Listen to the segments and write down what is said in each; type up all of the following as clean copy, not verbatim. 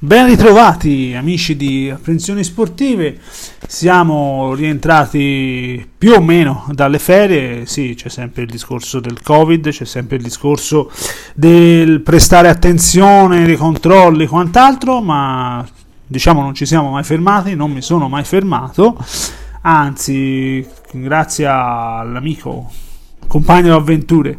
Ben ritrovati amici di Apprensioni Sportive, siamo rientrati più o meno dalle ferie. Sì, c'è sempre il discorso del Covid, c'è sempre il discorso del prestare attenzione, dei controlli, quant'altro, ma diciamo non ci siamo mai fermati, non mi sono mai fermato, anzi grazie all'amico, compagno d'avventure,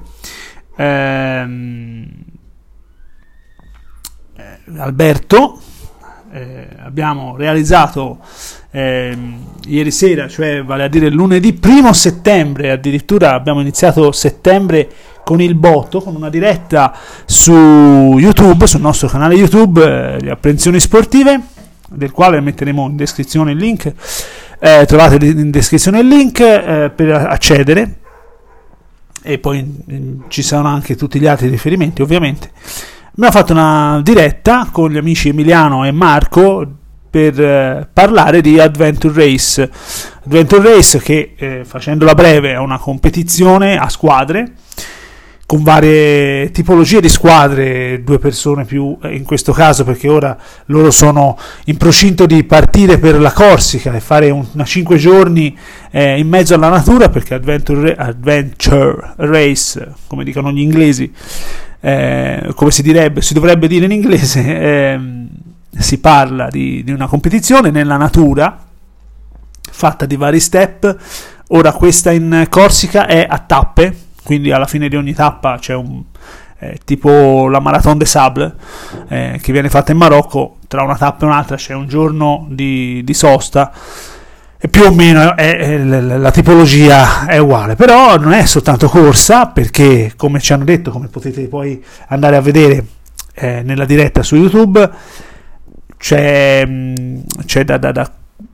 Alberto, abbiamo realizzato ieri sera, cioè vale a dire lunedì 1 settembre, addirittura abbiamo iniziato settembre con il botto, con una diretta su YouTube, sul nostro canale YouTube di Apprensioni Sportive, del quale metteremo in descrizione il link, trovate in descrizione il link per accedere, e poi ci saranno anche tutti gli altri riferimenti ovviamente. Abbiamo fatto una diretta con gli amici Emiliano e Marco per parlare di Adventure Race. Adventure Race che, facendola breve, è una competizione a squadre, con varie tipologie di squadre, 2 persone più in questo caso, perché ora loro sono in procinto di partire per la Corsica e fare una 5 giorni in mezzo alla natura, perché Adventure Race, come dicono gli inglesi, come si dovrebbe dire in inglese, si parla di una competizione nella natura fatta di vari step. Ora questa in Corsica è a tappe, quindi alla fine di ogni tappa c'è tipo la Marathon des Sables che viene fatta in Marocco. Tra una tappa e un'altra c'è un giorno di sosta, e più o meno la tipologia è uguale, però non è soltanto corsa, perché come ci hanno detto, come potete poi andare a vedere nella diretta su YouTube, c'è da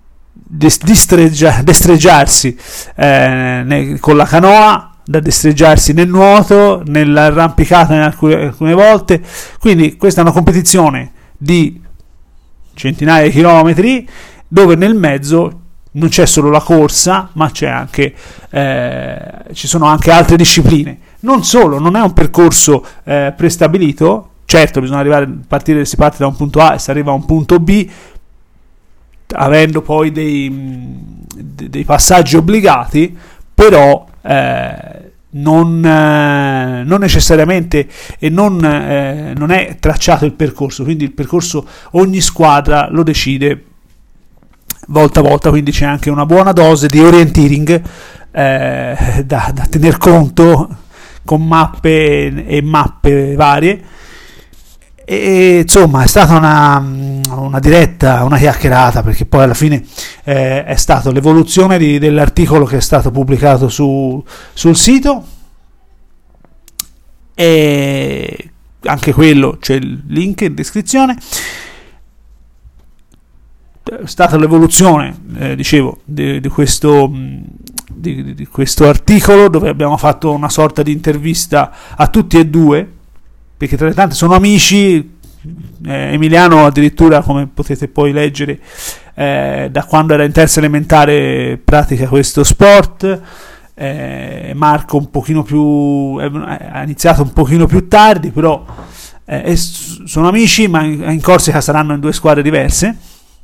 destreggiarsi con la canoa, da destreggiarsi nel nuoto, nell'arrampicata in alcune volte. Quindi questa è una competizione di centinaia di chilometri, dove nel mezzo non c'è solo la corsa, ma c'è anche ci sono anche altre discipline. Non solo, non è un percorso prestabilito. Certo, bisogna si parte da un punto A e si arriva a un punto B, avendo poi dei passaggi obbligati, però non necessariamente, e non è tracciato il percorso, quindi il percorso ogni squadra lo decide volta a volta, quindi c'è anche una buona dose di orienteering da tener conto, con mappe e mappe varie. E insomma è stata una diretta, una chiacchierata, perché poi alla fine è stata l'evoluzione dell'articolo che è stato pubblicato sul sito, e anche quello c'è il link in descrizione. È stata l'evoluzione, dicevo, di questo articolo, dove abbiamo fatto una sorta di intervista a tutti e due, perché tra le tante sono amici. Emiliano addirittura, come potete poi leggere, da quando era in terza elementare pratica questo sport. Marco un pochino più, ha iniziato un pochino più tardi, però sono amici, ma in Corsica saranno in 2 squadre diverse.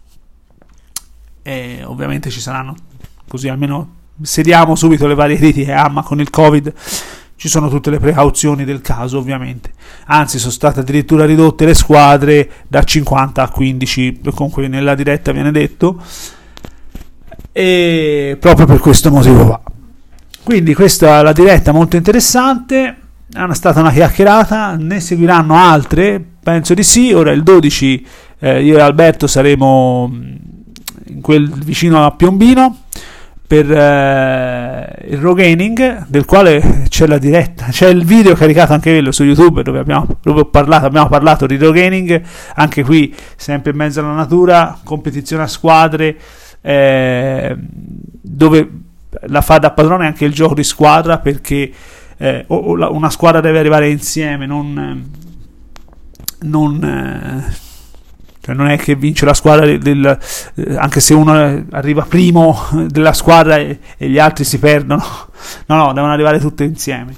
Ovviamente ci saranno, così almeno sediamo subito le varie critiche. Ma con il Covid ci sono tutte le precauzioni del caso, ovviamente. Anzi, sono state addirittura ridotte le squadre da 50 a 15, comunque nella diretta viene detto, e proprio per questo motivo va. Quindi questa è la diretta, molto interessante, è stata una chiacchierata. Ne seguiranno altre? Penso di sì. Ora il 12 io e Alberto saremo vicino a Piombino per il Roganing, del quale c'è la diretta, c'è il video caricato anche quello su YouTube, dove abbiamo parlato di Roganing, anche qui sempre in mezzo alla natura, competizione a squadre, dove la fa da padrone anche il gioco di squadra, perché una squadra deve arrivare insieme, cioè non è che vince la squadra anche se uno arriva primo della squadra e gli altri si perdono. No, devono arrivare tutte insieme.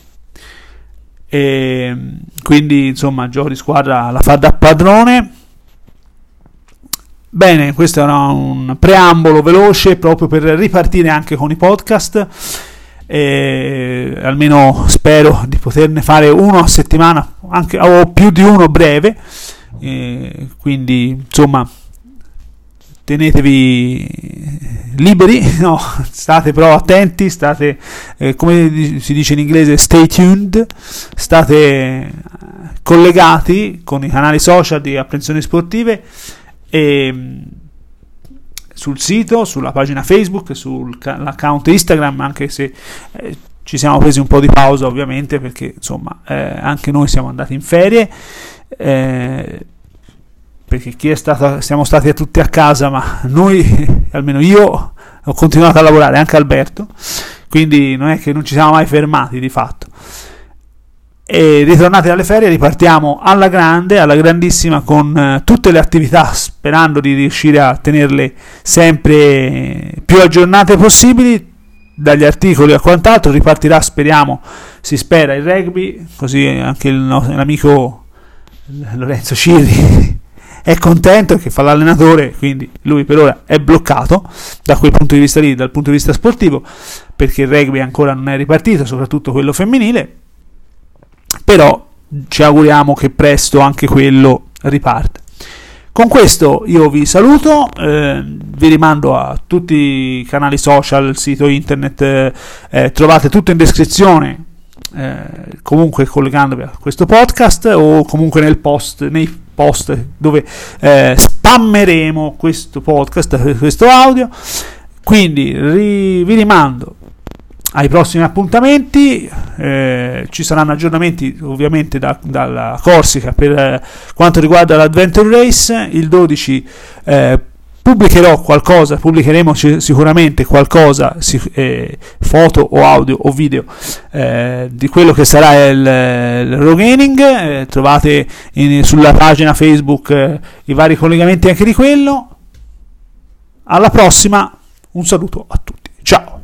E quindi insomma il gioco di squadra la fa da padrone. Bene, questo era un preambolo veloce proprio per ripartire anche con i podcast. Almeno spero di poterne fare uno a settimana, anche, o più di uno breve, quindi insomma tenetevi liberi, no, state però attenti, state come si dice in inglese, stay tuned, state collegati con i canali social di Apprensioni Sportive e sul sito, sulla pagina Facebook, sull'account Instagram, anche se ci siamo presi un po' di pausa ovviamente perché insomma anche noi siamo andati in ferie, perché siamo stati tutti a casa, ma noi, almeno io, ho continuato a lavorare, anche Alberto, quindi non è che non ci siamo mai fermati di fatto. E ritornati dalle ferie ripartiamo alla grande, alla grandissima, con tutte le attività, sperando di riuscire a tenerle sempre più aggiornate possibili, dagli articoli a quant'altro. Ripartirà, speriamo, si spera, il rugby, così anche l'amico Lorenzo Cirri è contento, che fa l'allenatore, quindi lui per ora è bloccato da quel punto di vista lì, dal punto di vista sportivo, perché il rugby ancora non è ripartito, soprattutto quello femminile, però ci auguriamo che presto anche quello riparte. Con questo io vi saluto, vi rimando a tutti i canali social, il sito internet, trovate tutto in descrizione, comunque collegandovi a questo podcast o comunque nei post dove spammeremo questo podcast, questo audio. Quindi vi rimando ai prossimi appuntamenti, ci saranno aggiornamenti ovviamente dalla Corsica per quanto riguarda l'Adventure Race. Il 12 pubblicheremo sicuramente qualcosa, foto o audio o video, di quello che sarà il Roganing. Trovate sulla pagina Facebook i vari collegamenti anche di quello. Alla prossima, un saluto a tutti, ciao.